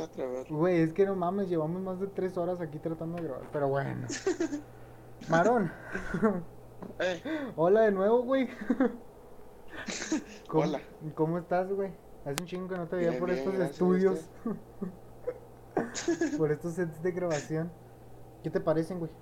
trabar. Güey, es que no mames, llevamos más de 3 horas aquí tratando de grabar. Pero bueno. Marón, Eh, hola de nuevo, güey. ¿Cómo, hola. cómo estás, güey? Hace un chingo que no te veía Bien, por bien, estos gracias a usted. estudios, por estos sets de grabación. ¿Qué te parecen, güey?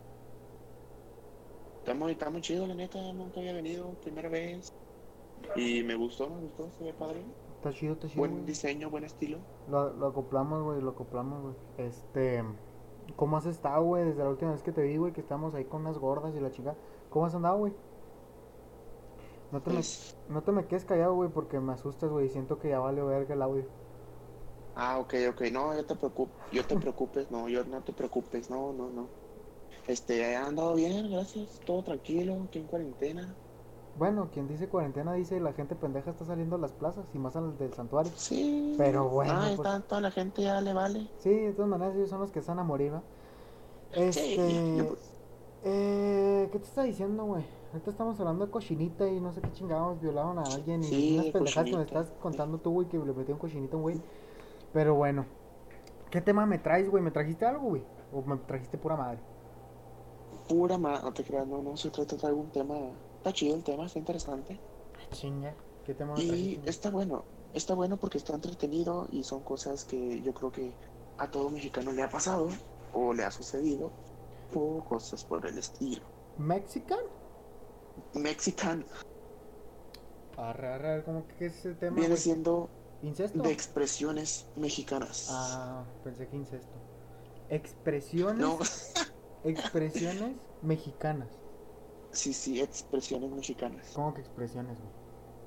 Está muy chido, la neta. Nunca había venido, primera vez. Y me gustó, se ve padre. Está chido, güey. Buen diseño, buen estilo. Lo acoplamos, güey, lo acoplamos, güey. ¿Cómo has estado, güey? Desde la última vez que te vi, güey, que estábamos ahí con unas gordas y la chica. ¿Cómo has andado, güey? No te me, Pues, no te me quedes callado, güey, porque me asustas, güey. Siento que ya vale verga el audio. ok. No, yo te preocupes, no, yo no te preocupes, no, no, no. He andado bien, gracias. Todo tranquilo, aquí en cuarentena. Bueno, quien dice cuarentena dice la gente pendeja está saliendo a las plazas y más al del santuario. Pero Sí, bueno, no, pues está, toda la gente ya le vale. sí, de todas maneras ellos son los que están a morir, ¿no? Sí, yo, Este... ¿Qué te está diciendo, güey? Ahorita estamos hablando de cochinita y no sé qué chingados violaron a alguien y sí, unas de pendejadas que me cochinita. estás contando tú, güey, que le metió un cochinito a un güey. Pero bueno, ¿qué tema me traes, güey? ¿Me trajiste algo, güey? ¿O me trajiste pura madre? Pura más, no te creas, no, no se trata de algún tema. Está chido el tema, está interesante. Ah, chinga, ¿qué tema me trajiste, Y güey? está bueno porque está entretenido y son cosas que yo creo que a todo mexicano le ha pasado o le ha sucedido o cosas por el estilo. ¿Mexican? Mexican Arre, arre, ¿cómo que qué es ese tema, viene güey? siendo de ¿Incesto? expresiones mexicanas. Ah, pensé que incesto. No, Expresiones mexicanas. sí, expresiones mexicanas. ¿Cómo que expresiones, güey?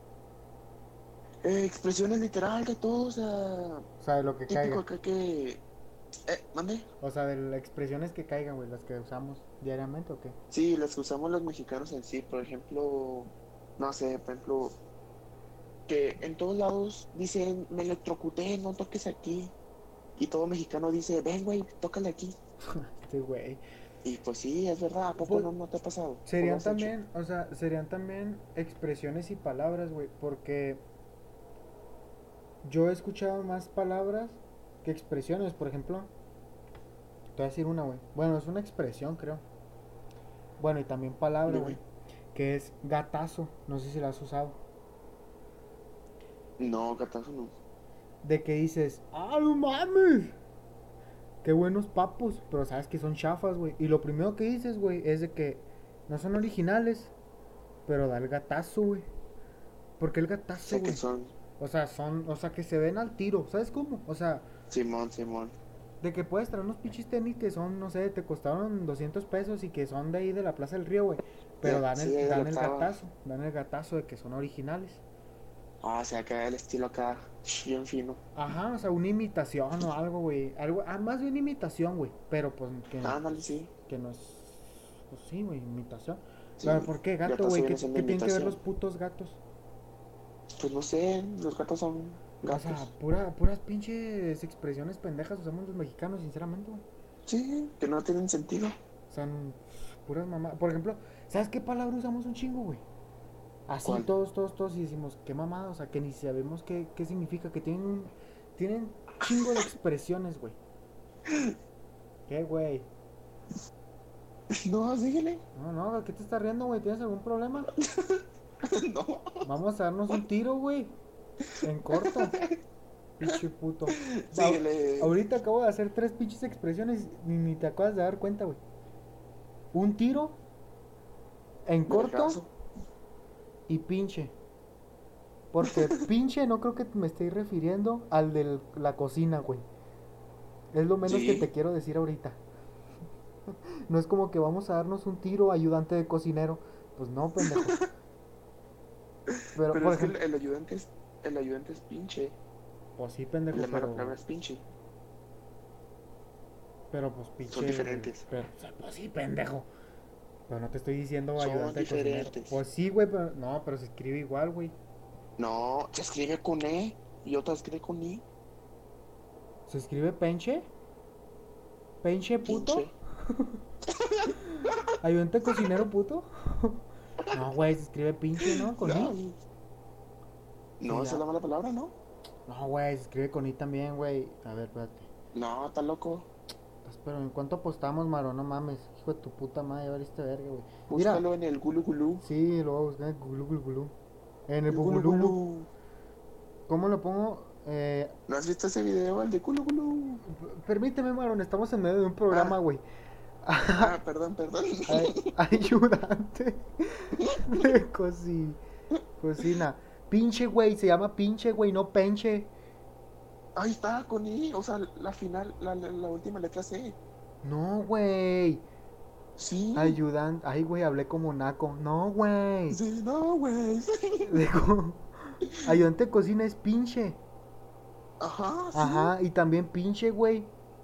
Expresiones literal de todo, o sea, O sea, de lo que típico caiga. acá que... ¿mande? O sea, de las expresiones que caigan, güey, las que usamos diariamente o qué. Sí, las que usamos los mexicanos en sí, por ejemplo, no sé, por ejemplo, que en todos lados dicen, me electrocuté, no toques aquí. Y todo mexicano dice, ven, güey, tócale aquí. Este güey. Y pues sí, es verdad, ¿a poco Pues no te ha pasado? ¿O lo serían has hecho? también, o sea, serían también expresiones y palabras, güey, porque yo he escuchado más palabras que expresiones, por ejemplo. Te voy a decir una, güey. Bueno, es una expresión, creo. Bueno, y también palabra, güey, Dime. que es gatazo. No sé si la has usado. No, gatazo no. De que dices, ¡ah, no mames! Qué buenos papos, pero sabes que son chafas, güey. Y lo primero que dices, güey, es de que no son originales, pero da el gatazo, güey. ¿Por qué el gatazo, Sé que güey? son O sea, que se ven al tiro, ¿sabes cómo? O sea, Simón. de que puedes traer unos pinches tenis que son, no sé, te costaron 200 pesos y que son de ahí de la Plaza del Río, güey. Pero Sí, ahí de la octava. dan el gatazo de que son originales. Ah, o sea, acá el estilo acá, bien fino. Ajá, o sea, una imitación o algo, güey. Algo, más de una imitación, güey. Pero pues Ándale, sí. que no es. Pues sí, güey, imitación. Pero Sí, ¿por qué gato, gatazo güey? viene siendo Qué tienen que ver los imitación. putos gatos? Pues no sé, los gatos son O sea, gatos. puras pinches expresiones pendejas usamos los mexicanos, sinceramente, güey. Sí, que no tienen sentido. O sea, puras mamás. Por ejemplo, ¿sabes qué palabra usamos un chingo, güey? Así ¿Cuál? todos y decimos, qué mamada, o sea, que ni sabemos qué significa, que tienen chingo de expresiones, güey. ¿Qué, güey? No, síguele. No, ¿qué te estás riendo, güey? ¿Tienes algún problema? No, Vamos a darnos un tiro, güey. En corto. Pinche puto. síguele. Ahorita acabo de hacer tres pinches expresiones, ni te acabas de dar cuenta, güey. Un tiro, en corto Vergazo. y pinche. Porque pinche no creo que me esté refiriendo al de la cocina, güey. Es lo menos que te Sí, quiero decir ahorita. No es como que vamos a darnos un tiro ayudante de cocinero. Pues no, pendejo. Pero, pero por es que ejemplo, el ayudante es pinche. pues sí, pendejo, La mala palabra es pinche. pero pues Son pinche, diferentes. pero, o sea, pues sí, pendejo. Pero no te estoy diciendo Son ayudante de cocinero. diferentes. Pues sí, güey, pero no, pero se escribe igual, güey. No, se escribe con E y otra se escribe con I. Se escribe penche, penche puto, Pinche. ayudante de cocinero puto. No, güey, se escribe pinche, ¿no? Con i. No, Sí, no, esa es ya. la mala palabra, ¿no? No, güey, se escribe con i también, güey. A ver, espérate. No, está loco. Pues, pero ¿en cuánto apostamos, Maro? No mames. Hijo de tu puta madre, ya valiste verga, güey. Mira, Búscalo en el Gulu Gulu. sí, lo voy a buscar en el Gulu Gulu Gulu. En el El Gulu Bubulubu. Gulu. ¿Cómo lo pongo? ¿No has visto ese video, el de Gulu Gulu? Permíteme, Maron, estamos en medio de un programa, Ah, güey. perdón, perdón. Ayudante de cocina. Pinche, güey, se llama pinche, güey, no penche. Ahí está, con I. O sea, la final, la última letra C. No, güey. Sí. Ayudante. Ay, güey, hablé como naco. No, güey. Sí, no, güey. Digo, ayudante de cocina es pinche. Ajá, sí. Ajá, y también pinche, güey.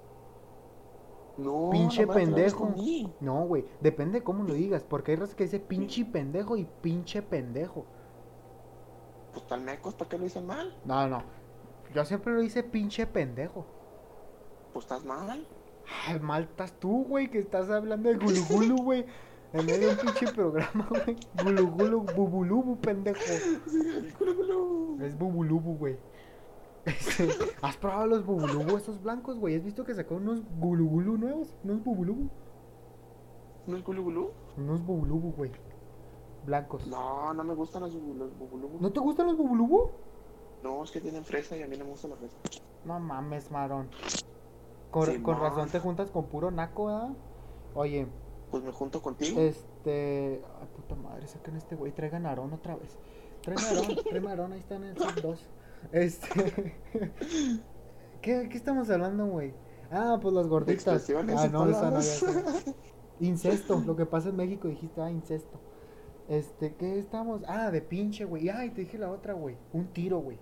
No, la Pinche mera palabra es con pendejo. I. No, güey, depende de cómo lo digas. Porque hay raza que dice pinche pendejo y pinche pendejo. Pues tal mecos, ¿para qué lo dicen mal? No, no. Yo siempre lo hice pinche pendejo. Pues estás mal. Ay, mal estás tú, güey, que estás hablando de gulu gulu, güey. En medio de un pinche programa, güey. Gulu gulu, bubulubu, pendejo. Sí, el Gulu Gulu. Es bubulubu, güey. ¿Has probado los bubulubu esos blancos, güey? ¿Has visto que sacó unos gulu gulu nuevos? Unos bubulubu. ¿No es Gulu Gulu? Unos bubulubu, güey. Blancos. No, no me gustan los bubulubus. ¿No te gustan los bubulubu? No, es que tienen fresa y a mí no me gusta la fresa. No mames, marón. Sí, Con razón man. te juntas con puro naco, ¿verdad? Oye, Pues me junto contigo. Ay, puta madre, saquen este güey, traigan a Aarón otra vez. Tráeme a Aarón, ahí están en el sub 2. Este. ¿Qué estamos hablando, güey? Ah, pues las gorditas. Expresiones Ah, y no, esa no, ya palabras. sé. Incesto, lo que pasa en México, dijiste, incesto. ¿Qué estamos? Ah, de pinche, güey. Ay, te dije la otra, güey. Un tiro, güey.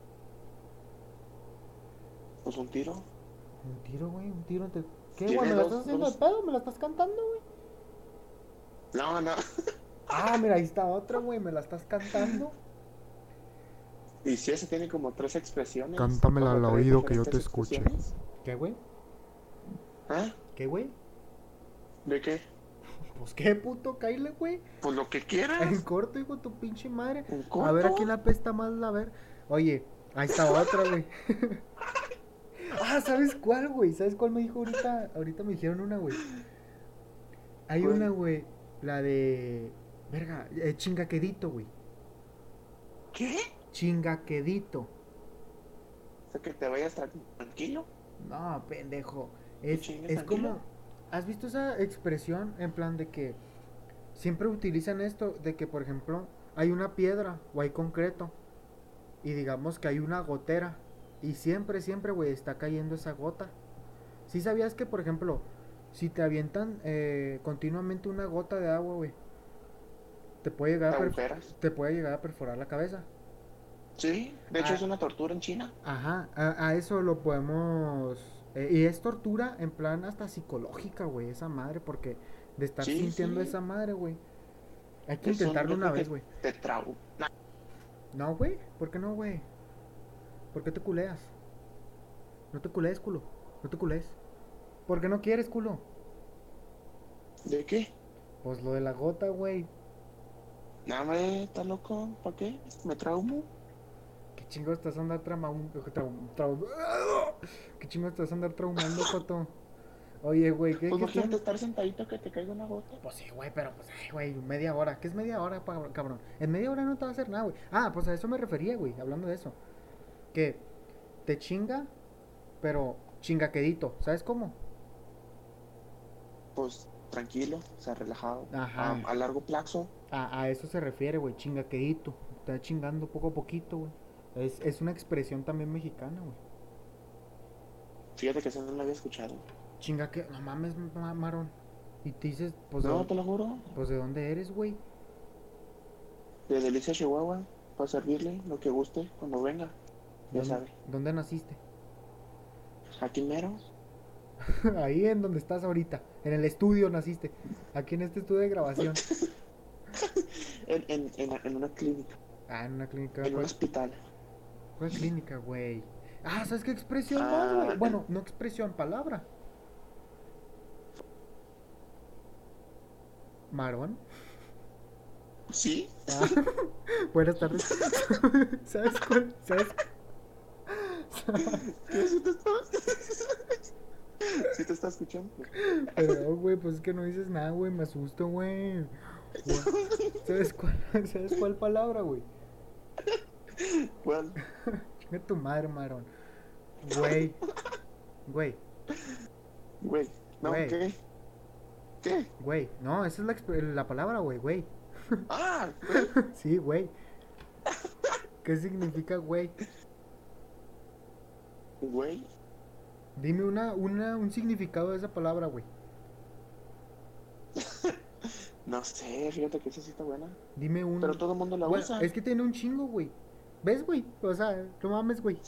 Pues un tiro. Un tiro, güey, un tiro entre. ¿Qué, güey? Tiene ¿Me la estás haciendo de dos. pedo? ¿Me la estás cantando, güey? No, no. Ah, mira, ahí está otra, güey, me la estás cantando. Y si ese tiene como tres expresiones. Cántamela O sea, al tres oído que yo te diferentes escuche. expresiones. ¿Qué, güey? ¿Ah? ¿Qué, güey? ¿De qué? Pues qué puto, caile, güey. Pues lo que En quieras. corto, hijo de tu pinche madre. ¿En A ver a corto? quién la pesta más la ver. Oye, ahí está otra, güey. Ah, ¿sabes cuál, güey? ¿Sabes cuál me dijo ahorita? Ahorita me dijeron una, güey. Hay ¿Cuál? una, güey. La de. Verga, chingaquedito, güey. ¿Qué? Chingaquedito. O sea, que te vayas tranquilo. No, pendejo. Que chingues Es tranquilo. como. ¿Has visto esa expresión en plan de que siempre utilizan esto? De que, por ejemplo, hay una piedra o hay concreto. Y digamos que hay una gotera. Y siempre, siempre, güey, está cayendo esa gota. ¿Sí sabías que, por ejemplo, si te avientan continuamente una gota de agua, güey, te puede llegar Te a agujeras. te puede llegar a perforar la cabeza? Sí, de hecho Ah, es una tortura en China. ajá, a eso lo podemos... y es tortura en plan hasta psicológica, güey, esa madre, porque de estar Sí, sintiendo sí. esa madre, güey. Hay que Eso intentarlo yo una creo vez, que güey. te trauma. No, güey, ¿por qué no, güey? ¿Por qué te culeas? No te culees, culo. No te culees. ¿Por qué no quieres, culo? ¿De qué? Pues lo de la gota, güey. Nada, me está loco. ¿Para qué? ¿Me traumo? ¿Qué chingo estás a andar ¿Qué chingo estás a andar traumando, Joto? Oye, güey, Pues ¿qué imagínate estamos? estar sentadito que te caiga una gota. Pues sí, güey, pero pues, ay, güey, media hora. ¿Qué es media hora, cabrón? En media hora no te va a hacer nada, güey. Ah, pues a eso me refería, güey, hablando de eso. Que te chinga, pero chingaquedito. ¿Sabes cómo? Pues tranquilo, o sea, relajado. Ajá. A largo plazo. A eso se refiere, güey, chingaquedito. Te va chingando poco a poquito, güey. Es una expresión también mexicana, güey. Fíjate que eso no lo había escuchado. Chingaque... No mames, marón. Y te dices, No, te lo juro. pues de dónde eres, güey. De Delicia, Chihuahua. Para servirle lo que guste cuando venga. Ya sabe. ¿Dónde naciste? Aquí mero. Ahí en donde estás ahorita. En el estudio naciste. Aquí en este estudio de grabación. En una clínica. Ah, en una clínica. En un hospital. ¿Cuál clínica, güey? Ah, ¿sabes qué expresión más, güey? Bueno, no expresión, palabra. Marón. ¿Sí? Ah, buenas tardes. ¿Sabes cuál? ¿Sabes? ¿Qué es esto? Sí te está escuchando. Pero, güey, pues es que no dices nada, güey, me asusto, güey. Güey, ¿Sabes cuál, ¿sabes cuál palabra, güey? ¿Cuál? Chinga tu madre, marón. Güey, güey, Güey. No, güey, ¿qué? ¿Qué? güey. No, esa es la palabra, güey, güey. Ah, güey. Sí, güey. ¿Qué significa, güey? Güey. Dime un significado de esa palabra, güey. No sé, fíjate que esa sí está buena. Dime Pero un... todo el mundo la Bueno, usa. es que tiene un chingo, güey. ¿Ves, güey? O sea, no mames, güey.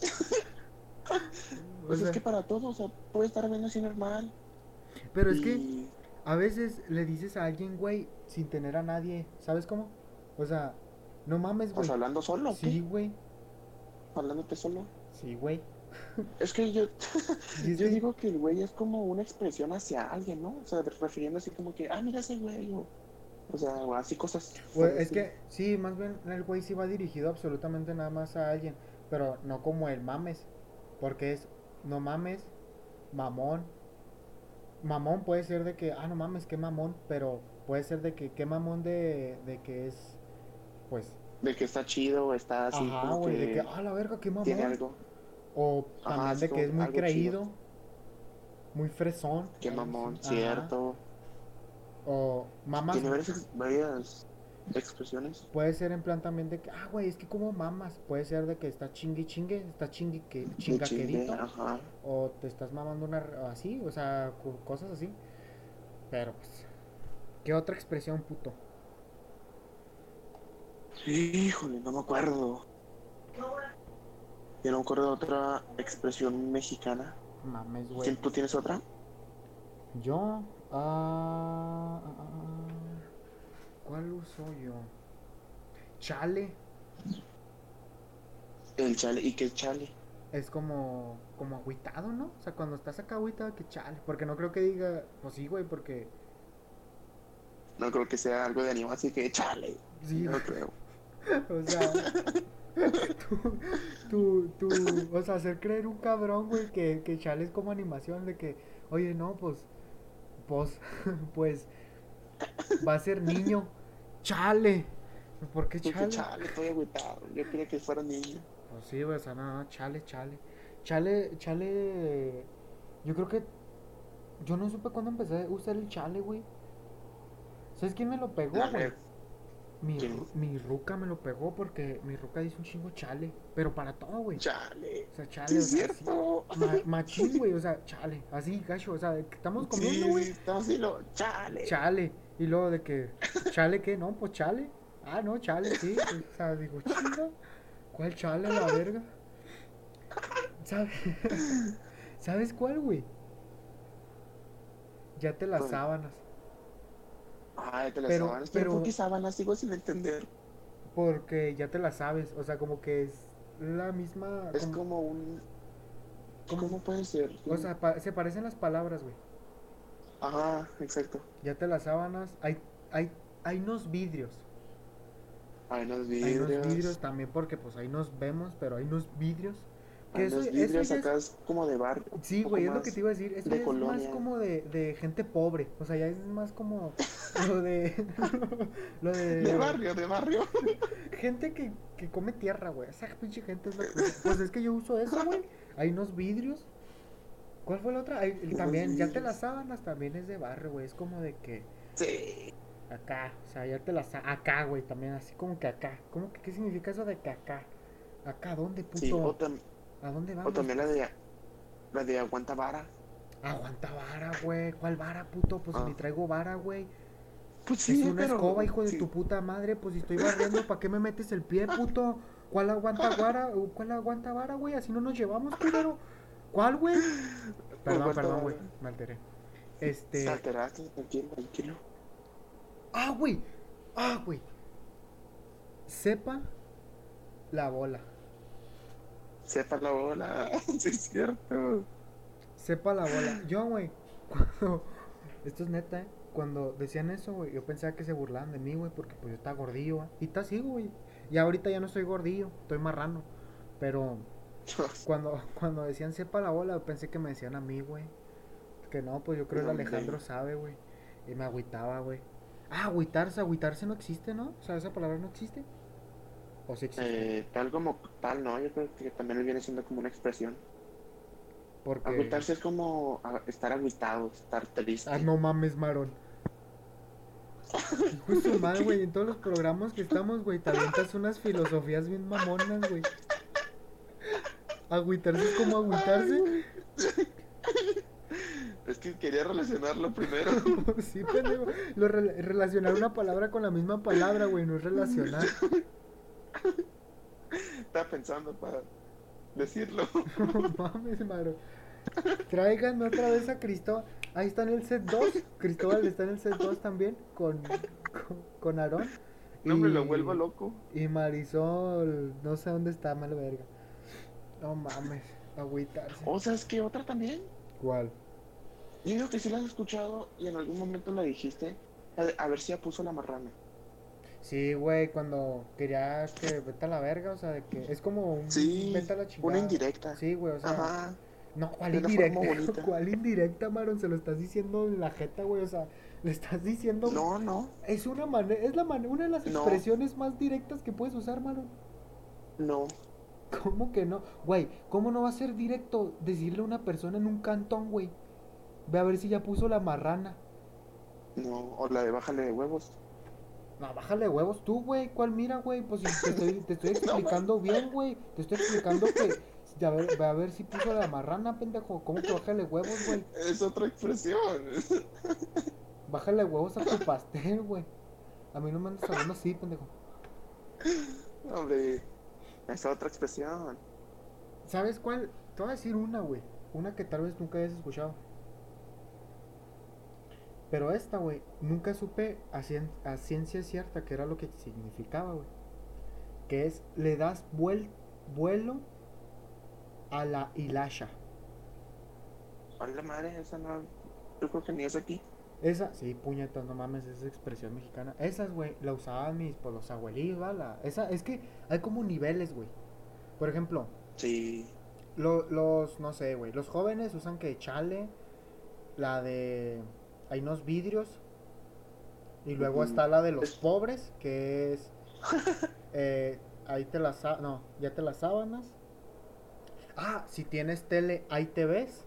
O Pues es sea, que para todo, o sea, puede estar bien así normal. pero es que Y a veces le dices a alguien, güey, sin tener a nadie. ¿Sabes cómo? O sea, no mames, pues güey. hablando solo, ¿o Sí, qué? güey. Hablándote solo. Sí, güey. Es que yo, Y es yo que, digo que el güey es como una expresión hacia alguien, ¿no? O sea, refiriendo así como que, ah, mira ese güey, o sea, o así cosas por el es estilo. que, sí, más bien el güey sí va dirigido absolutamente nada más a alguien. Pero no como el mames. Porque es, no mames, mamón. Mamón puede ser de que, no mames, qué mamón. Pero puede ser de que, qué mamón de que es, pues, De que está chido, está así ajá, como güey, de que, que la verga, qué tiene mamón. algo, O ajá, también así de que como es que muy algo chido. creído, muy fresón, Qué algo así, mamón, ajá. cierto. O mamas, Tiene varias expresiones. puede ser en plan también de que, güey, es que como mamas, puede ser de que está chingue chingue, está chingue que De chingue, chingaquerito, ajá. o te estás mamando una así, o sea, cosas así. Pero pues, ¿qué otra expresión, puto? Híjole, no me acuerdo. Yo no me acuerdo de otra expresión mexicana. Mames, güey. ¿Tú tienes otra? Yo, ¿cuál uso yo? Chale. El chale. ¿Y qué es chale? Es como agüitado, ¿no? O sea, cuando estás acá agüitado, que chale. Porque no creo que diga, pues sí, güey, porque No creo que sea algo de animal, así que chale. sí, No creo. o sea, o sea, hacer creer un cabrón, güey, que chale es como animación de que, oye, no, pues, pues, va a ser niño, chale. ¿Por qué Tú que chale? chale, estoy agüitado. Yo quería que fuera niño. Pues sí, güey, o sea, no, chale, chale. Chale, yo creo que, yo no supe cuándo empecé a usar el chale, güey. ¿Sabes quién me lo pegó, A güey? ver, Mi, ¿quién? mi ruca me lo pegó porque mi ruca dice un chingo chale. Pero para todo, güey. Chale. O sea, Sí, chale, o es sea, así. cierto. Machín, güey, o sea, chale. Así, gacho, o sea, de que estamos comiendo, Sí, güey. sí, estamos así, chale. Chale. Y luego de que, ¿chale qué? No, pues chale. No, chale, sí. O sea, digo, chinga. ¿Cuál chale a la verga? ¿Sabes? ¿Sabes cuál, güey? Ya te las Con- sábanas. Ay, te las Pero, sábanas. Pero ¿por qué pero, sábanas? Sigo sin entender. porque ya te las sabes. O sea, como que es la misma, Es como un. como, ¿Cómo puede ser? o sea, se parecen las palabras, güey. Ajá, exacto. Ya te las sábanas. Hay, hay unos vidrios. Hay unos Hay unos vidrios vidrios. también porque pues ahí nos vemos, pero hay unos vidrios. Hay Que unos eso vidrios ya es... acá es como de barrio. Sí, Un poco güey, es lo que te más iba a decir. Eso ya de es más colonia. como de gente pobre. O sea, ya es más como lo de... lo De de... barrio, de barrio. Gente que come tierra, güey. Esa pinche gente es la que usa. Pues es que yo uso eso, güey. Hay unos vidrios. ¿Cuál fue la otra? Unos También, ya te las vidrios. sábanas también es de barrio, güey. Es como de que Sí. acá, o sea, ya te las acá, güey, también así como que acá. ¿Cómo que qué significa eso de que acá? ¿Acá dónde, Sí. puto? ¿A dónde O vamos, también pues? la de aguanta vara. Aguanta vara, güey. ¿Cuál vara, puto? Pues si ni Ah. traigo vara, güey. Pues Es sí, una escoba, pero. hijo de Sí. tu puta madre. Pues si estoy barriendo, ¿para qué me metes el pie, puto? ¿Cuál aguanta vara? ¿Cuál aguanta vara, güey? Así no nos llevamos, culero. ¿Cuál, güey? Aguanta Perdón, güey. vara. Me alteré. Se Este. alteraste, tranquilo, tranquilo. Güey. Güey. Sepa la bola. Sepa la bola. Sí, es cierto. Sepa la bola. Yo, güey. Cuando. Esto es neta, ¿eh? Cuando decían eso, güey, yo pensaba que se burlaban de mí, güey, porque pues yo estaba gordillo, ¿va? Y está así, güey. Y ahorita ya no estoy gordillo, estoy marrano. Pero cuando decían sepa la bola, pensé que me decían a mí, güey. Que no, pues yo creo No, que el hombre. Alejandro sabe, güey. Y me agüitaba, güey. Ah, agüitarse no existe, ¿no? O sea, esa palabra no existe. ¿O sí existe? Tal como tal, no, yo creo que también viene siendo como una expresión. Porque... Agüitarse es como estar agüitado, estar Ah, triste. no mames, Marón. Hijo de su madre, güey. En todos los programas que estamos, güey, te avientas unas filosofías bien mamonas, güey. Agüitarse es como Ay, agüitarse. güey. Es que quería relacionarlo primero. Sí, pendejo. Relacionar una palabra con la misma palabra, güey, no es relacionar. Estaba pensando para decirlo. No mames, Marón. Tráiganme otra vez a Cristóbal. Ahí está en el set 2. Cristóbal está en el set 2 también con Aarón. No, hombre, lo Y, vuelvo loco. y Marisol, no sé dónde está, mal verga. No mames, agüitarse. O ¿sabes qué? Otra también. ¿Cuál? Yo digo que sí la has escuchado y en algún momento la dijiste. A ver si ya puso la marrana. Sí, güey, cuando quería que vete a la verga, o sea, de que es como un vete Sí, a la una chingada. indirecta. Sí, güey, o sea, Ajá, no, ¿cuál de una forma indirecta? bonita. ¿Cuál indirecta, Maron? Se lo estás diciendo en la jeta, güey, o sea, le estás diciendo. No, no, Es una manera, una de las no, expresiones más directas que puedes usar, Maron. no, ¿Cómo que no? Güey, ¿cómo no va a ser directo decirle a una persona en un cantón, güey? Ve a ver si ya puso la marrana. no. O la de bájale de huevos. No, bájale huevos tú, güey. ¿Cuál mira, güey? Pues si te estoy No, explicando bien, güey. Te estoy explicando que. Ve a ver si puso la marrana, pendejo. ¿Cómo que bájale huevos, güey? es otra expresión. Bájale huevos a tu pastel, güey. A mí no me andas hablando así, pendejo. Hombre, es otra expresión. ¿Sabes cuál? Te voy a decir una, güey. Una que tal vez nunca hayas escuchado. Pero esta, güey, nunca supe a ciencia cierta qué era lo que significaba, güey. Que es, le das vuelo a la hilasha. Hola madre, esa no. Yo creo que ni es aquí. Esa, sí, puñetas, no mames, esa expresión mexicana. Esas, güey, la usaban pues, los abuelitos, ¿vale? Esa, es que hay como niveles, güey. Por ejemplo, Sí. no sé, güey, los jóvenes usan que chale, la de, hay unos vidrios, y luego Ujú. está la de los Es- pobres, que es, ahí te las, no, ya te las sábanas. Ah, si tienes tele, ahí te ves.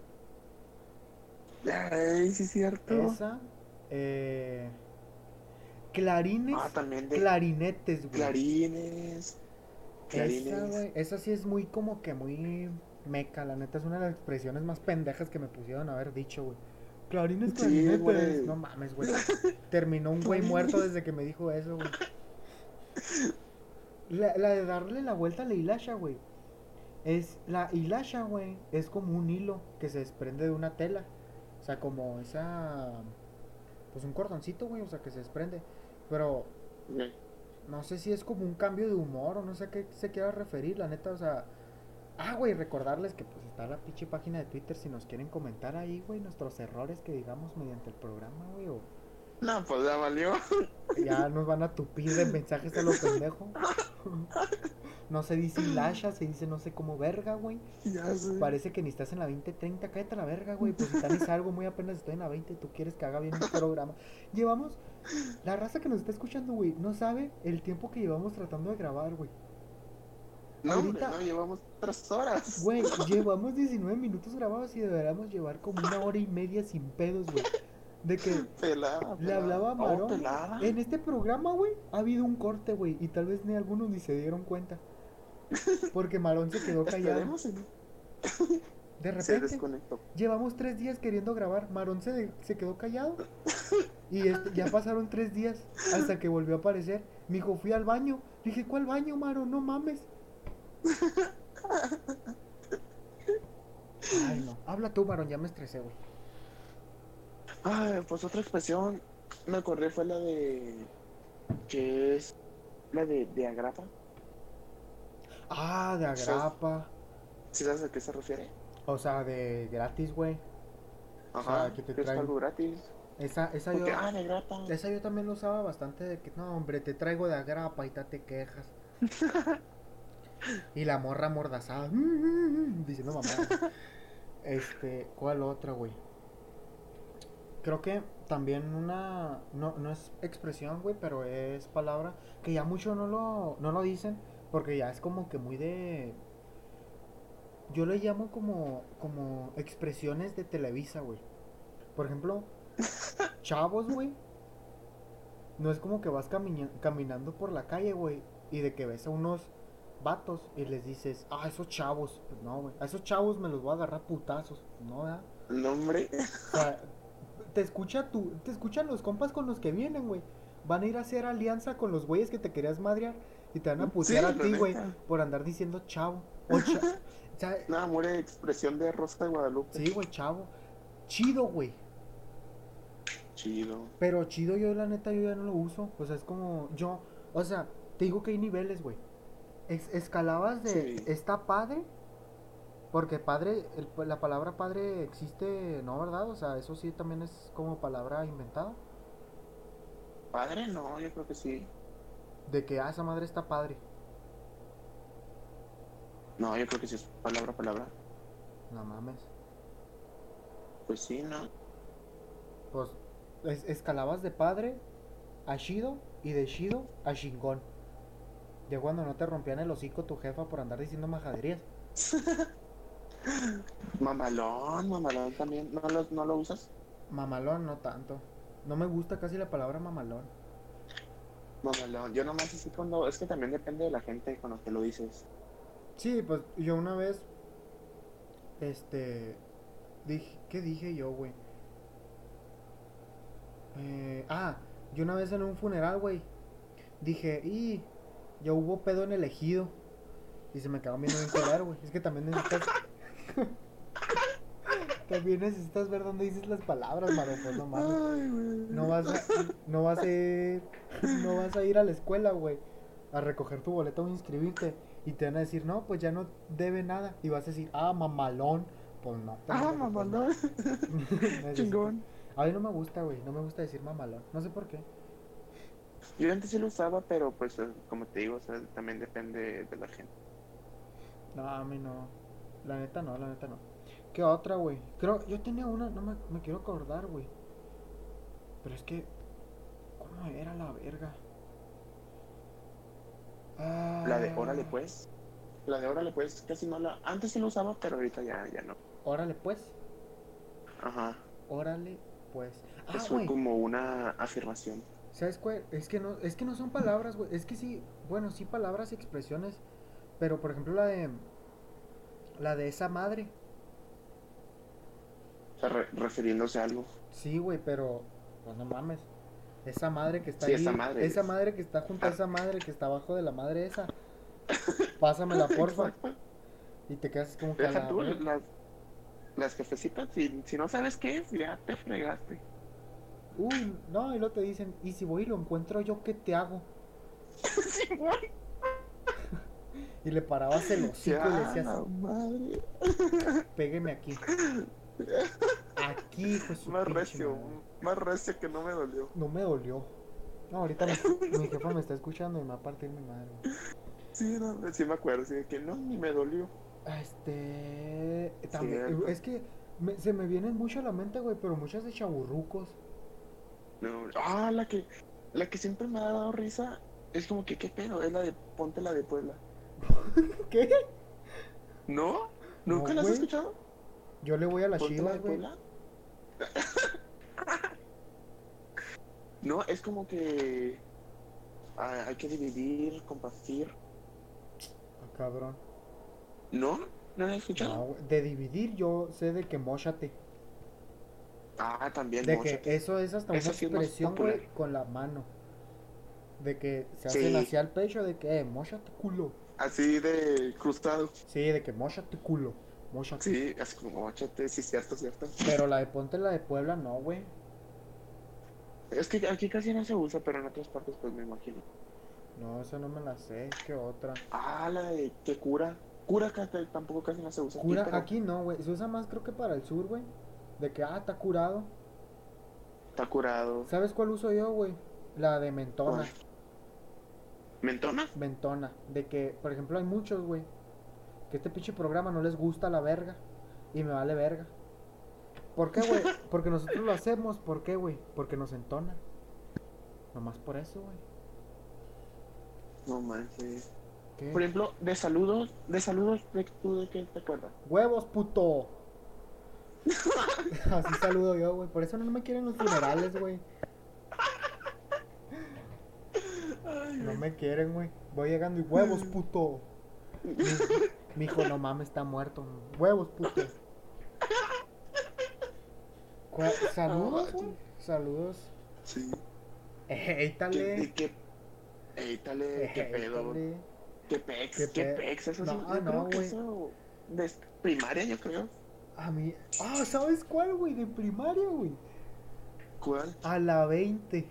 Ay, sí, es cierto. Esa, eh, Ah, clarines, también de clarinetes, güey. clarines. Esa, Clarines. güey, esa sí es muy como que muy meca, la neta es una de las expresiones más pendejas que me pusieron a haber dicho, güey. Clarines, Sí, clarinetes. güey. No mames, güey. Terminó un güey muerto Clarines. desde que me dijo eso, güey. La de darle la vuelta a la hilasha, güey. La hilasha, güey, es como un hilo que se desprende de una tela. O sea, como esa, pues un cordoncito, güey, o sea, que se desprende. Pero Ok. no sé si es como un cambio de humor o no sé a qué se quiera referir, la neta, o sea. Ah, güey, recordarles que pues está la pinche página de Twitter si nos quieren comentar ahí, güey, nuestros errores que digamos mediante el programa, güey, o No, pues ya valió. ya nos van a tupir de mensajes a lo pendejo. No se dice hilasha, se dice no sé cómo verga, güey. Ya sé. Parece que ni estás en la 2030, cállate a la verga, güey. Pues si tan algo muy apenas estoy en la 20 y tú quieres que haga bien el programa. Llevamos, la raza que nos está escuchando, güey, no sabe el tiempo que llevamos tratando de grabar, güey. No, hombre, Ahorita no, llevamos 3 horas. güey, llevamos 19 minutos grabados y deberíamos llevar como una hora y media sin pedos, güey. De que Pelada, le pelada. hablaba a Oh, Marón, güey. pelada. En este programa, güey, ha habido un corte, güey. Y tal vez ni algunos ni se dieron cuenta. Porque Marón se quedó callado. Esperemos en... De Se repente, desconectó. llevamos 3 días queriendo grabar. Marón se quedó callado. Y ya pasaron 3 días hasta que volvió a aparecer. Me dijo, fui al baño. Dije, ¿cuál baño, Marón? No mames. Ay, no. Habla tú, Marón, ya me estresé, güey. Ah, pues otra expresión, me acordé fue la de... que es la de agrapa. Ah, de ¿Sabes, agrapa. sí sabes a qué se refiere? O sea, de gratis, güey. O sea, Ajá, que te que es traen. algo gratis. Esa Porque, yo. de agrapa. Esa yo también lo usaba bastante de que, no, hombre, te traigo de agrapa y te quejas. Y la morra mordazada. Diciendo mamadas. ¿Cuál otra, güey? Creo que también una, no, no es expresión, güey, pero es palabra que ya mucho no lo dicen porque ya es como que muy de... Yo le llamo como expresiones de Televisa, güey. Por ejemplo, chavos, güey. No es como que vas caminando por la calle, güey, y de que ves a unos vatos y les dices, ah, esos chavos. Pues no, güey. A esos chavos me los voy a agarrar a putazos. No, ¿verdad? El nombre. O sea, te escuchan los compas con los que vienen, güey. Van a ir a hacer alianza con los güeyes que te querías madrear y te van a putear Sí, a la ti, güey, neta. por andar diciendo chavo. O sea, Nada, muere expresión de Rosa de Guadalupe. sí, güey, chavo. Chido, güey. Chido. Pero chido yo, la neta, yo ya no lo uso. O sea, es como yo, o sea, te digo que hay niveles, güey. Escalabas de Sí. está padre, porque padre, la palabra padre existe, ¿no, verdad? O sea, eso sí también es como palabra inventada. Padre, no, yo creo que sí. De que, ah, esa madre está padre. No, yo creo que sí es palabra, palabra. No mames. Pues sí, ¿no? Pues escalabas de padre a Shido y de Shido a Shingon. Ya cuando no te rompían el hocico tu jefa por andar diciendo majaderías. Mamalón, mamalón también. ¿No lo usas? Mamalón no tanto. No me gusta casi la palabra mamalón. Mamalón. Yo nomás así cuando... Es que también depende de la gente con lo que lo dices. Sí, pues yo una vez, este, dije, ¿qué dije yo, güey? Ah, yo una vez en un funeral, güey, dije, y ya hubo pedo en el ejido. Y se me quedó viendo bien culero, güey. Es que también necesitas ver dónde dices las palabras, mano, pues no mames. Ay, güey. No vas a, no vas a ir, no vas a ir a la escuela, güey, a recoger tu boleto o inscribirte. Y te van a decir, no, pues ya no debe nada. Y vas a decir, ah, mamalón. Pues no, Ah, pendejo, pues no. mamalón. Necesito. Chingón. A mí no me gusta, güey. No me gusta decir mamalón. No sé por qué. Yo antes sí lo usaba, pero pues como te digo, o sea, también depende de la gente. No, a mí no. La neta no, la neta no. ¿Qué otra, güey? Creo, yo tenía una, no me quiero acordar, güey. Pero es que, ¿cómo era la verga? La de órale Ah, pues. La de órale pues casi no la... Antes sí lo usaba, pero ahorita ya no. órale, pues. Ajá. Órale, pues. Ah, Es güey. como una afirmación. ¿Sabes cuál? Es que no son palabras, güey. Es que sí, bueno, sí palabras y expresiones. Pero, por ejemplo, la de esa madre. O sea, refiriéndose a algo. Sí, güey, pero, pues no mames. Esa madre que está Sí, esa ahí, madre esa es. madre que está junto a Ah, esa madre que está abajo de la madre esa, pásamela porfa. exacto. Y te quedas como que a Deja la tú ver. las jefecitas. Si no sabes qué es, ya te fregaste. Uy, no, y luego te dicen, y si voy y lo encuentro yo, ¿qué te hago? Sí, güey. Y le parabas el hocico y le Ya, decías, la madre. pégueme aquí. Aquí, hijo de su Más pinche recio. madre. Más recio que no me dolió. No me dolió. No, ahorita mi jefa me está escuchando y me va a partir mi madre. Sí, no, sí me acuerdo. Sí, de que no, ni me dolió. También, Cierto. es que se me vienen mucho a la mente, güey, pero muchas de chaburrucos. No. Ah, la que siempre me ha dado risa. Es como que, ¿qué pedo? Es la de Ponte la de Puebla. ¿Qué? ¿No? No, ¿Nunca la has güey. escuchado? Yo le voy a las Ponte la chivas, de güey. Puebla. No, es como que hay que dividir, compartir. Ah, cabrón. ¿No? ¿No la has No, escuchado? güey. De dividir, yo sé de que mochate. Ah, también, De que móchate. eso es hasta una Esa sí es más expresión, popular. güey, con la mano. De que se hacen Sí, hacia el pecho, de que, mochate culo. así de cruzado. Sí, de que mochate culo. Mochate. Sí, así como móchate, sí, cierto, cierto. Pero la de Ponte, la de Puebla, no, güey. Es que aquí casi no se usa, pero en otras partes pues me imagino. No, esa no me la sé. ¿Qué otra? Ah, la de que cura. Cura tampoco casi no se usa aquí, Cura, pero aquí no, güey. Se usa más creo que para el sur, güey. De que, está curado. está curado. ¿Sabes cuál uso yo, güey? La de ¿Cuál? mentona. ¿Mentona? Mentona. De que, por ejemplo, hay muchos, güey, que este pinche programa no les gusta la verga. Y me vale verga. ¿Por qué, güey? Porque nosotros lo hacemos. ¿Por qué, güey? Porque nos entona. Nomás por eso, güey. No manches. ¿Qué? Por ejemplo, ¿tú de qué te acuerdas? ¡Huevos, puto! Así saludo yo, güey. Por eso no me quieren los funerales, güey. Ay, No güey. me quieren, güey. Voy llegando y huevos, puto. Mi hijo, no mames, está muerto. Huevos, puto. No Saludos, güey. manches. Saludos. Sí. ¿Qué, Éítale. de qué? Éítale, qué pedo. Éítale. Qué pex, eso sí. No, Yo no, creo que güey. eso. De primaria, yo creo. A mí. Ah, ¿sabes cuál, güey? De primaria, güey. ¿Cuál? A la 20.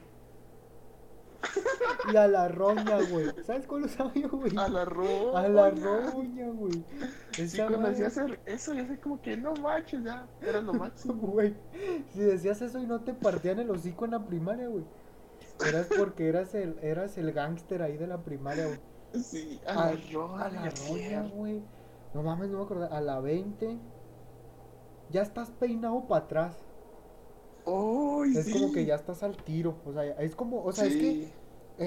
Y a la roña, güey. ¿Sabes cuál usaba yo, güey? A la A la roña. roña, güey. Sí, Esa cuando decía madre. hacer eso, yo sé como que no manches, ya. Era lo máximo. Güey, si decías eso y no te partían el hocico en la primaria, güey. Eras porque eras el gángster ahí de la primaria, güey. Sí, a la A la roña, roña, cierto. güey. No mames, no me acuerdo. A la 20. Ya estás peinado para atrás. ¡Uy, Es como que sí! ya estás al tiro. O sea, es como. O sea, es que. Sí,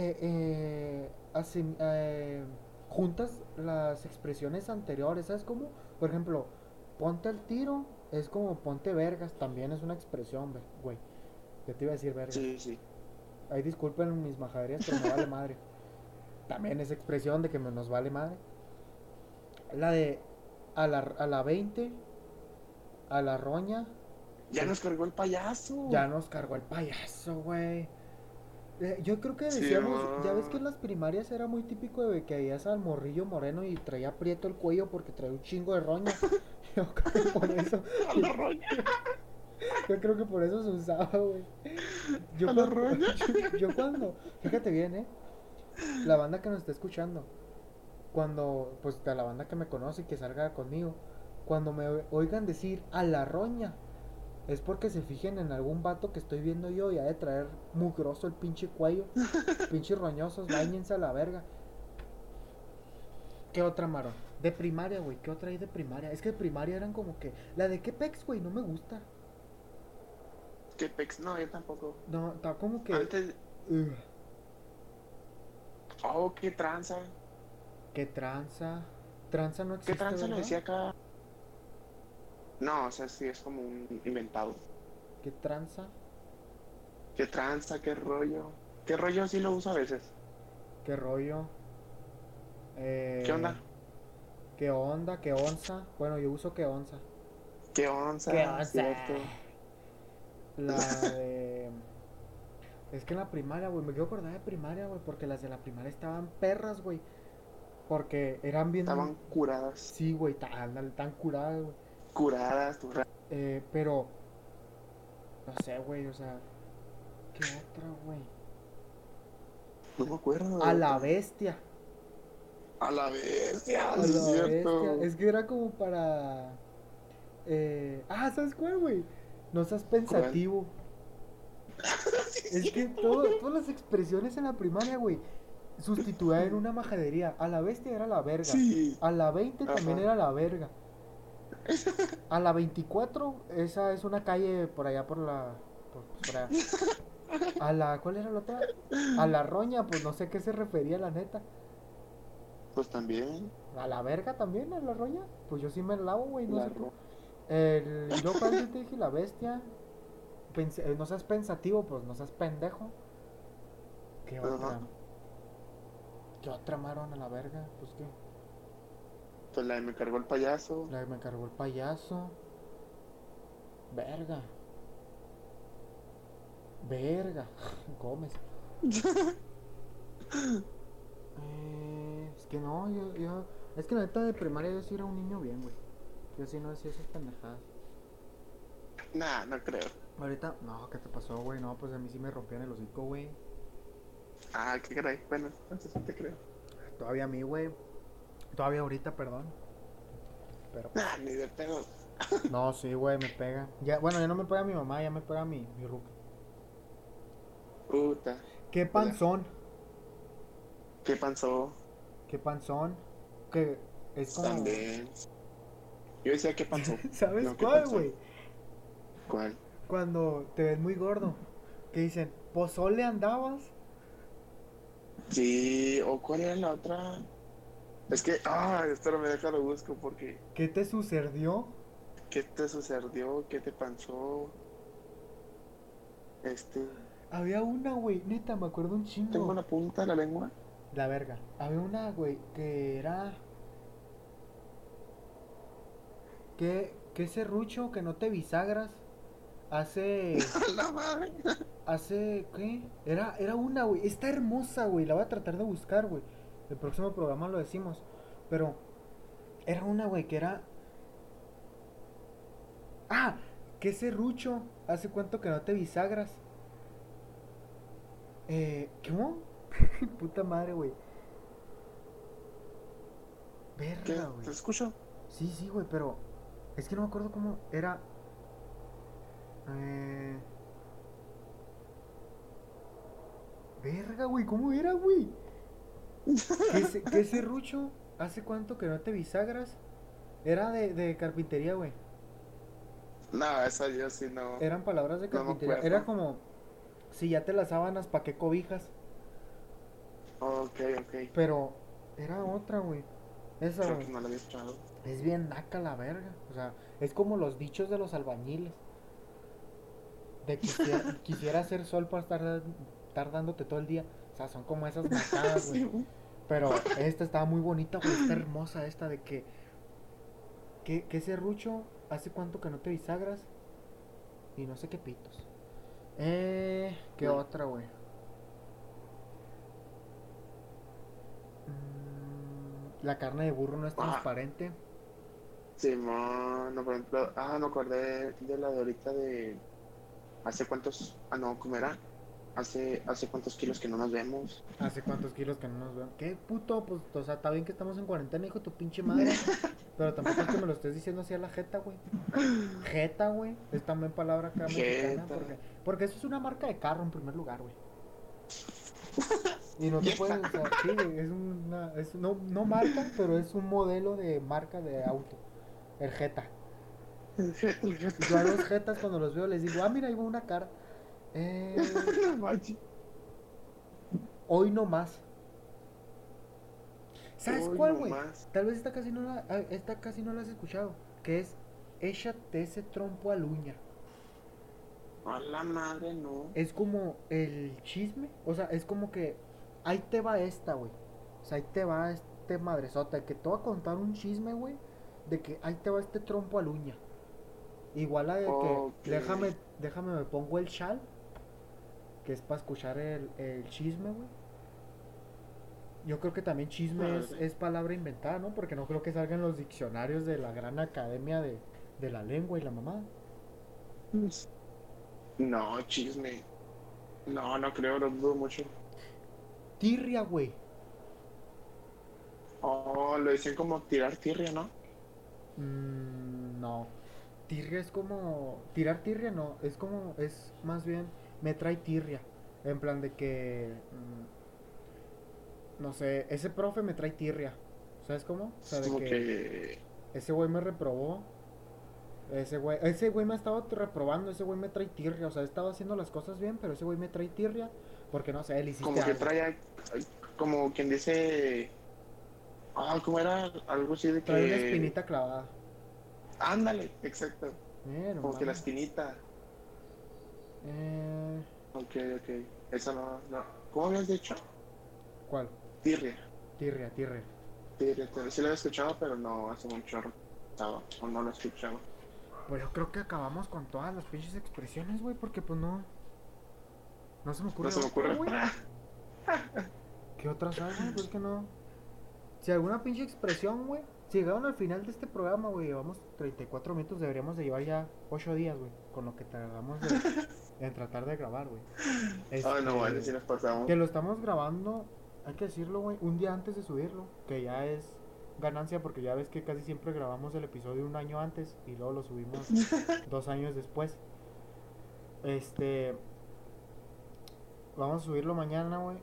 Juntas las expresiones anteriores. ¿Sabes cómo? Por ejemplo, ponte al tiro. Es como ponte vergas. También es una expresión, güey. Yo te iba a decir vergas. sí, sí. Ahí disculpen mis majaderías, pero me vale madre. También es expresión de que nos vale madre. La de a la 20, a la roña. Ya Es, nos cargó el payaso. ya nos cargó el payaso, güey. Yo creo que Sí, decíamos, ya ves que ma. en las primarias era muy típico de que veías al morrillo moreno y traía prieto el cuello porque traía un chingo de roña. Yo creo que por eso, A la roña, yo creo que por eso se usaba, güey. a Yo la cuando, roña. yo cuando, fíjate bien, la banda que nos está escuchando, cuando, pues de la banda que me conoce y que salga conmigo, cuando me oigan decir a la roña, es porque se fijen en algún vato que estoy viendo yo y ha de traer mugroso el pinche cuello, pinches roñosos, bañense a la verga. ¿Qué otra, Marón? De primaria, güey, ¿qué otra hay de primaria? Es que de primaria eran como que, la de qué pex, güey, no me gusta. ¿Qué pex? No, yo tampoco. No, está como que, Antes, ugh, oh, qué tranza. qué tranza. Tranza no ¿Qué existe, tranza le ¿verdad? decía acá? No, o sea, sí, es como un inventado. ¿Qué tranza? ¿Qué tranza? ¿Qué rollo? ¿Qué rollo sí lo uso a veces? ¿Qué rollo? ¿Qué Eh, onda? ¿Qué onda? ¿Qué onza? Bueno, yo uso qué onza. ¿Qué ¿Qué onza? onza? Cierto. La de... Es que en la primaria, güey, me quiero acordar de primaria, güey, porque las de la primaria estaban perras, güey. Porque eran bien... Estaban curadas. Sí, güey, tan curadas, güey. Curadas, Pero, no sé, güey, o sea, ¿qué otra, güey? no me acuerdo de A la otra. bestia. A la bestia, A sí es la bestia. cierto. Es que era como para... ¿sabes cuál, güey? No seas ¿Cuál? pensativo. Sí, es Es que cierto. todas las expresiones en la primaria, güey, sustituían una majadería. A la bestia era la verga. Sí. A la 20 también Ajá. era la verga. A la 24 esa es una calle por allá por la... por allá. A la... ¿Cuál era la otra? A la roña, pues no sé a qué se refería la neta. Pues también. A la verga también, a la roña. Pues yo sí me lavo, güey, no La sé tú. ro... Y luego cuando yo te dije la bestia, no seas pensativo, pues no seas pendejo. ¿Qué Ajá. otra? ¿Qué otra Maron a la verga? Pues qué. Pues la de me cargó el payaso. La que me cargó el payaso. Verga. Verga. Gómez. Es que no, Es que la neta de primaria yo sí era un niño bien, güey. Yo sí no decía esas pendejadas. Nah, no creo. Ahorita, no, ¿qué te pasó, güey? No, pues a mí sí me rompían el hocico, güey. Ah, qué caray. Bueno, entonces sí te creo. Todavía a mí, güey. Todavía ahorita, perdón. Pero pues. Nah, ni de pedo. No, sí, güey, me pega. Ya, bueno, ya no me pega mi mamá, ya me pega mi ruca. Puta. ¿Qué Pues ya. panzón? ¿Qué pasó? ¿Qué panzón? Que es como. También. Yo decía, ¿qué pasó? ¿Sabes No, ¿qué cuál, pasó? güey? ¿Cuál? Cuando te ves muy gordo. Que dicen, ¿pozole andabas? Sí, o cuál era la otra. Es que, espera, me deja lo busco porque. ¿Qué te sucedió? ¿Qué te sucedió? ¿Qué te pasó? Este, Había una, güey, neta, me acuerdo un tengo chingo. la punta de la lengua. La verga. Había una, güey, que era... ¿Qué serrucho que no te bisagras? Hace... La madre. ¿Qué? Era una, güey. Está hermosa, güey. La voy a tratar de buscar, güey. El próximo programa lo decimos. Pero era una, güey, que era... Ah, ¿qué serrucho? ¿Hace cuánto que no te bisagras? ¿Cómo? Puta madre, güey. ¿Qué? Verga, güey. ¿Te escucho? Sí, sí, güey, pero... Es que no me acuerdo cómo era... Eh... Verga, güey, ¿cómo era, güey? ¿Qué serrucho? ¿Hace cuánto que no te bisagras? Era de carpintería, güey. No, esa yo sí no, Eran palabras de no me carpintería. Era acuerdo. como, si ya te las sábanas, ¿pa' qué cobijas? Ok, ok. Pero era otra, güey. Esa, Creo güey. que no la había escuchado. Es bien naca la verga. O sea, es como los dichos de los albañiles. De quisiera hacer sol para estar dándote todo el día. O sea, son como esas nacadas, güey. Sí, güey. Pero esta estaba muy bonita, güey. Está hermosa esta de que... ¿Qué serrucho? ¿Hace cuánto que no te bisagras? Y no sé qué pitos. ¿Qué No. otra, güey? La carne de burro no es Ah, transparente. Simón, no, por ejemplo, me acordé de la de ahorita de hace cuántos, no, ¿cómo era? Hace cuántos kilos que no nos vemos. ¿Hace cuántos kilos que no nos vemos? ¿Qué puto? Pues, o sea, está bien que estamos en cuarentena, hijo de tu pinche madre. Pero tampoco es que me lo estés diciendo así a la jeta, güey. Jeta, güey. Es también palabra acá mexicana. Jeta, Porque eso es una marca de carro en primer lugar, güey. Y no te vieja. puedes, o sea, sí, güey. No marca, pero es un modelo de marca de auto. El Jeta. Jeta, el Yo a los jeta. Jetas cuando los veo les digo, mira, ahí va una cara. No manches. Hoy no más. ¿Sabes Uy, cuál, no güey? más. Tal vez esta casi no la has escuchado. Que es échate ese trompo al uña. A la madre, no. Es como el chisme. O sea, es como que ahí te va esta, güey. O sea, ahí te va este madresota. Que te va a contar un chisme, güey. De que ahí te va este trompo al uña. Igual a de que Ok. déjame me pongo el chal. Que es para escuchar el chisme, güey. Yo creo que también chisme Madre. es palabra inventada, ¿no? Porque no creo que salgan los diccionarios de la gran academia de la lengua y la mamá. No, chisme. No, no creo, lo dudo mucho. Tirria, güey. Oh, lo dicen como tirar tirria, ¿no? No. Tirria es como... Tirar tirria no. Es como... Es más bien... Me trae tirria. En plan de que... no sé. Ese profe me trae tirria. ¿Sabes cómo? O sea, Es de como que... que. Ese güey me reprobó. Ese güey me ha estado reprobando. Ese güey me trae tirria. O sea, he estado haciendo las cosas bien, pero ese güey me trae tirria. Porque no sé, él hiciste Como que algo. trae. Como quien dice. ¿Cómo era? Algo así de Trae una que. espinita clavada. Ándale, exacto. No Como que la mames. espinita. Eh, Ok, ok. Eso no, no. ¿Cómo habías dicho? ¿Cuál? Tirria. Tirria, tirria. Tirria, tirria. Sí lo había escuchado, pero no hace mucho estaba. O no lo escuchaba. Pues yo creo que acabamos con todas las pinches expresiones, güey, porque pues no. No se me No ocurre se me otra, ocurre. güey. ¿Qué otras hay, güey? Pues que no. Si alguna pinche expresión, güey. Si llegaron al final de este programa, güey, llevamos 34 minutos, deberíamos de llevar ya 8 días, güey. Con lo que tardamos en tratar de grabar, güey. No, vale, si nos pasamos. Que lo estamos grabando, hay que decirlo, güey, un día antes de subirlo. Que ya es ganancia porque ya ves que casi siempre grabamos el episodio un año antes y luego lo subimos 2 años después. Este, Vamos a subirlo mañana, güey.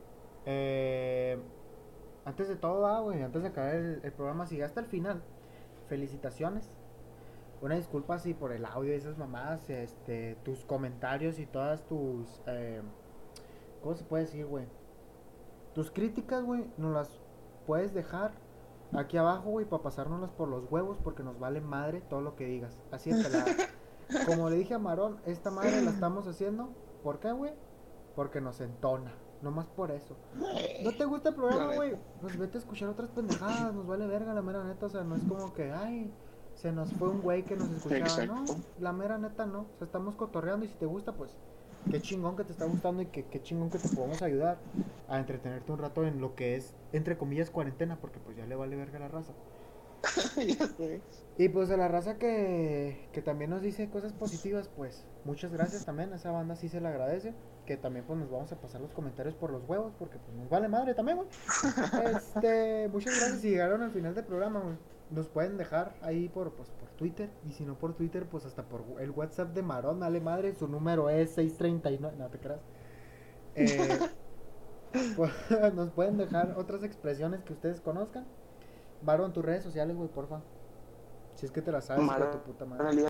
Antes de todo, güey, antes de acabar el programa, si hasta el final, felicitaciones. Una disculpa si por el audio y esas mamadas, tus comentarios y todas tus, ¿cómo se puede decir, güey? Tus críticas, güey, nos las puedes dejar aquí abajo, güey, para pasárnoslas por los huevos porque nos vale madre todo lo que digas. Así de pelada. Como le dije a Marón, esta madre la estamos haciendo. ¿Por qué, güey? Porque nos entona. No más por eso. ¿No te gusta el La programa, güey? neta. Pues vete a escuchar otras pendejadas. Nos vale verga la mera neta. O sea, no es como que, ay, se nos fue un güey que nos escuchaba. No, Exacto. la mera neta no. O sea, estamos cotorreando y si te gusta, pues qué chingón que te está gustando y qué chingón que te podemos ayudar a entretenerte un rato en lo que es, entre comillas, cuarentena. Porque pues ya le vale verga a la raza. Ya sé. Y pues a la raza que también nos dice cosas positivas, pues muchas gracias también, a esa banda sí se le agradece, que también pues nos vamos a pasar los comentarios por los huevos, porque pues nos vale madre también, güey. Muchas gracias si llegaron al final del programa, güey. Nos pueden dejar ahí por Twitter, y si no por Twitter, pues hasta por el WhatsApp de Marón, dale madre, su número es 639, no te creas. Eh, pues, nos pueden dejar otras expresiones que ustedes conozcan. Marón, tus redes sociales, güey, porfa. Si es que te la sabes, hijo de tu Marón puta madre. Elías,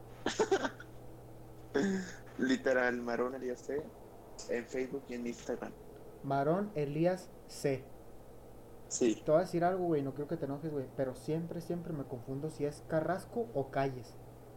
literal, Marón Elías C, en Facebook y en Instagram. Marón Elías C. Sí. Te voy a decir algo, güey, no quiero que te enojes, güey, pero siempre, siempre me confundo si es Carrasco o Calles.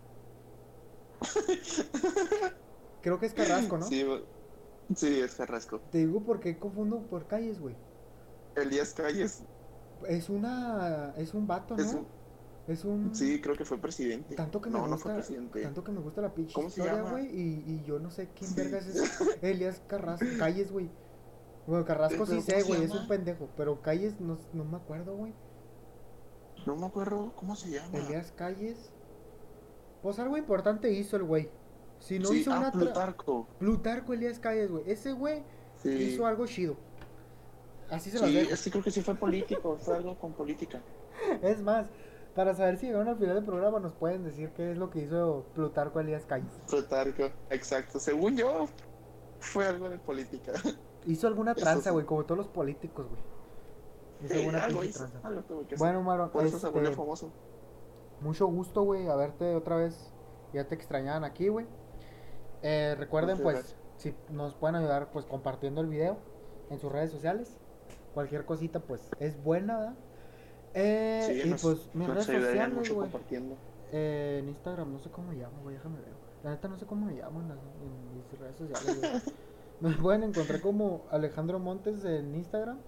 Creo que es Carrasco, ¿no? Sí, sí, es Carrasco. Te digo porque confundo por Calles, güey. Elías Calles Es un vato, es ¿no? un... Es un... Sí, creo que fue presidente. Tanto que me No, no fue gusta, presidente. tanto que me gusta la pinche ¿Cómo se historia, llama? güey, y yo no sé quién Sí. vergas es Elías Carrasco, Calles, güey. Bueno, Carrasco sí Pero ¿cómo sé, se güey, es un llama? pendejo, pero Calles no me acuerdo, güey. No me acuerdo cómo se llama. Elías Calles. Pues algo importante hizo el güey. Si no Sí, hizo una... Plutarco. Plutarco Elías Calles, güey. Ese güey hizo Sí. algo chido. Así se las Sí, dejo. es que creo que sí fue político, fue algo con política. Es más, para saber si llegaron al final del programa nos pueden decir qué es lo que hizo Plutarco Elías Calles. Plutarco, exacto. Según yo, fue algo de política. Hizo alguna Eso tranza, sí. güey, como todos los políticos, güey. Hizo alguna Algo pinche hizo, tranza. algo tuvo que hacer. Bueno, Maro, Por eso se volvió famoso. mucho gusto, güey, a verte otra vez. Ya te extrañaban aquí, güey. Recuerden, Muchas pues, gracias. si nos pueden ayudar, pues, compartiendo el video en sus redes sociales. Cualquier cosita, pues, es buena, ¿verdad? Sí, Y pues, mis redes nos ayudarían sociales, mucho güey. compartiendo. En Instagram, no sé cómo me llamo, güey, déjame ver. La neta, no sé cómo me llamo en mis redes sociales, güey. Me pueden encontrar como Alejandro Montes en Instagram.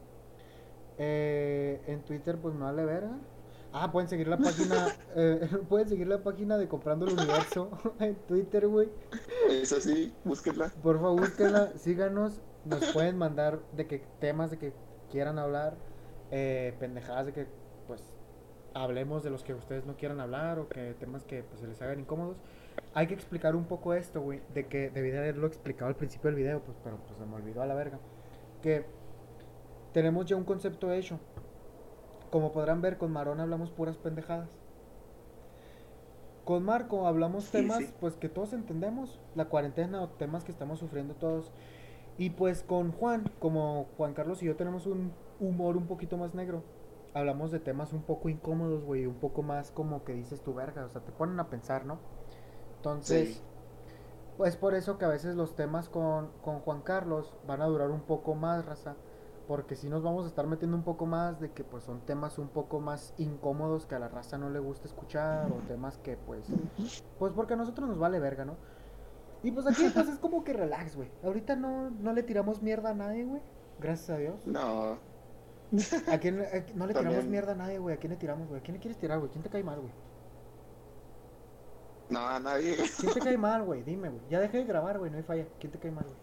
En Twitter, pues, me vale verga. Ah, pueden seguir la página, pueden seguir la página de Comprando el Universo en Twitter, güey. Eso sí, búsquenla. Por favor, búsquenla, síganos, nos pueden mandar de que temas de que quieran hablar, pendejadas de que pues hablemos de los que ustedes no quieran hablar o que temas que pues, se les hagan incómodos. Hay que explicar un poco esto, güey, de que debí de haberlo explicado al principio del video, pues, pero pues se me olvidó a la verga. Que tenemos ya un concepto hecho. Como podrán ver, con Marón hablamos puras pendejadas. Con Marco hablamos Sí, temas sí. pues que todos entendemos, la cuarentena o temas que estamos sufriendo todos. Y pues con Juan, como Juan Carlos y yo tenemos un humor un poquito más negro, hablamos de temas un poco incómodos, güey, un poco más como que dices tu verga, o sea, te ponen a pensar, ¿no? Sí. Entonces, pues por eso que a veces los temas con Juan Carlos van a durar un poco más, raza, porque si nos vamos a estar metiendo un poco más de que pues son temas un poco más incómodos que a la raza no le gusta escuchar o temas que pues porque a nosotros nos vale verga, ¿no? Y pues aquí pues es como que relax, güey. Ahorita no le tiramos mierda a nadie, güey. Gracias a Dios. No, ¿A quién no le tiramos también. mierda a nadie, güey? ¿A quién le tiramos, güey? ¿A quién le quieres tirar, güey? ¿Quién te cae mal, güey? No, a nadie. ¿Quién te cae mal, güey? Dime, güey. Ya dejé de grabar, güey, no hay falla. ¿Quién te cae mal, güey?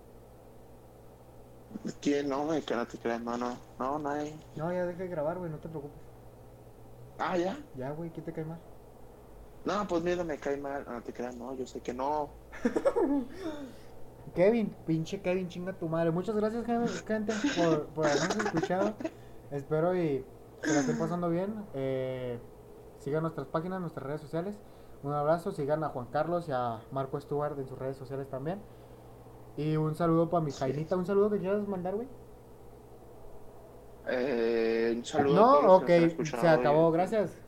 ¿Quién? No, que no te creas. No, no. No, nadie. No, ya dejé de grabar, güey, no te preocupes. Ah, ya. Ya, güey, ¿quién te cae mal? No, pues mira, me cae mal. No te creas, no, yo sé que no. Kevin, pinche Kevin, chinga tu madre. Muchas gracias, gente, por habernos escuchado. Espero y se la estén pasando bien. Sigan nuestras páginas, nuestras redes sociales. Un abrazo, sigan a Juan Carlos y a Marco Stuart en sus redes sociales también. Y un saludo para mi Así Jainita. es. ¿Un saludo que quieras mandar, güey? Un saludo a todos No, los que ok, nos están se escuchando. acabó, gracias.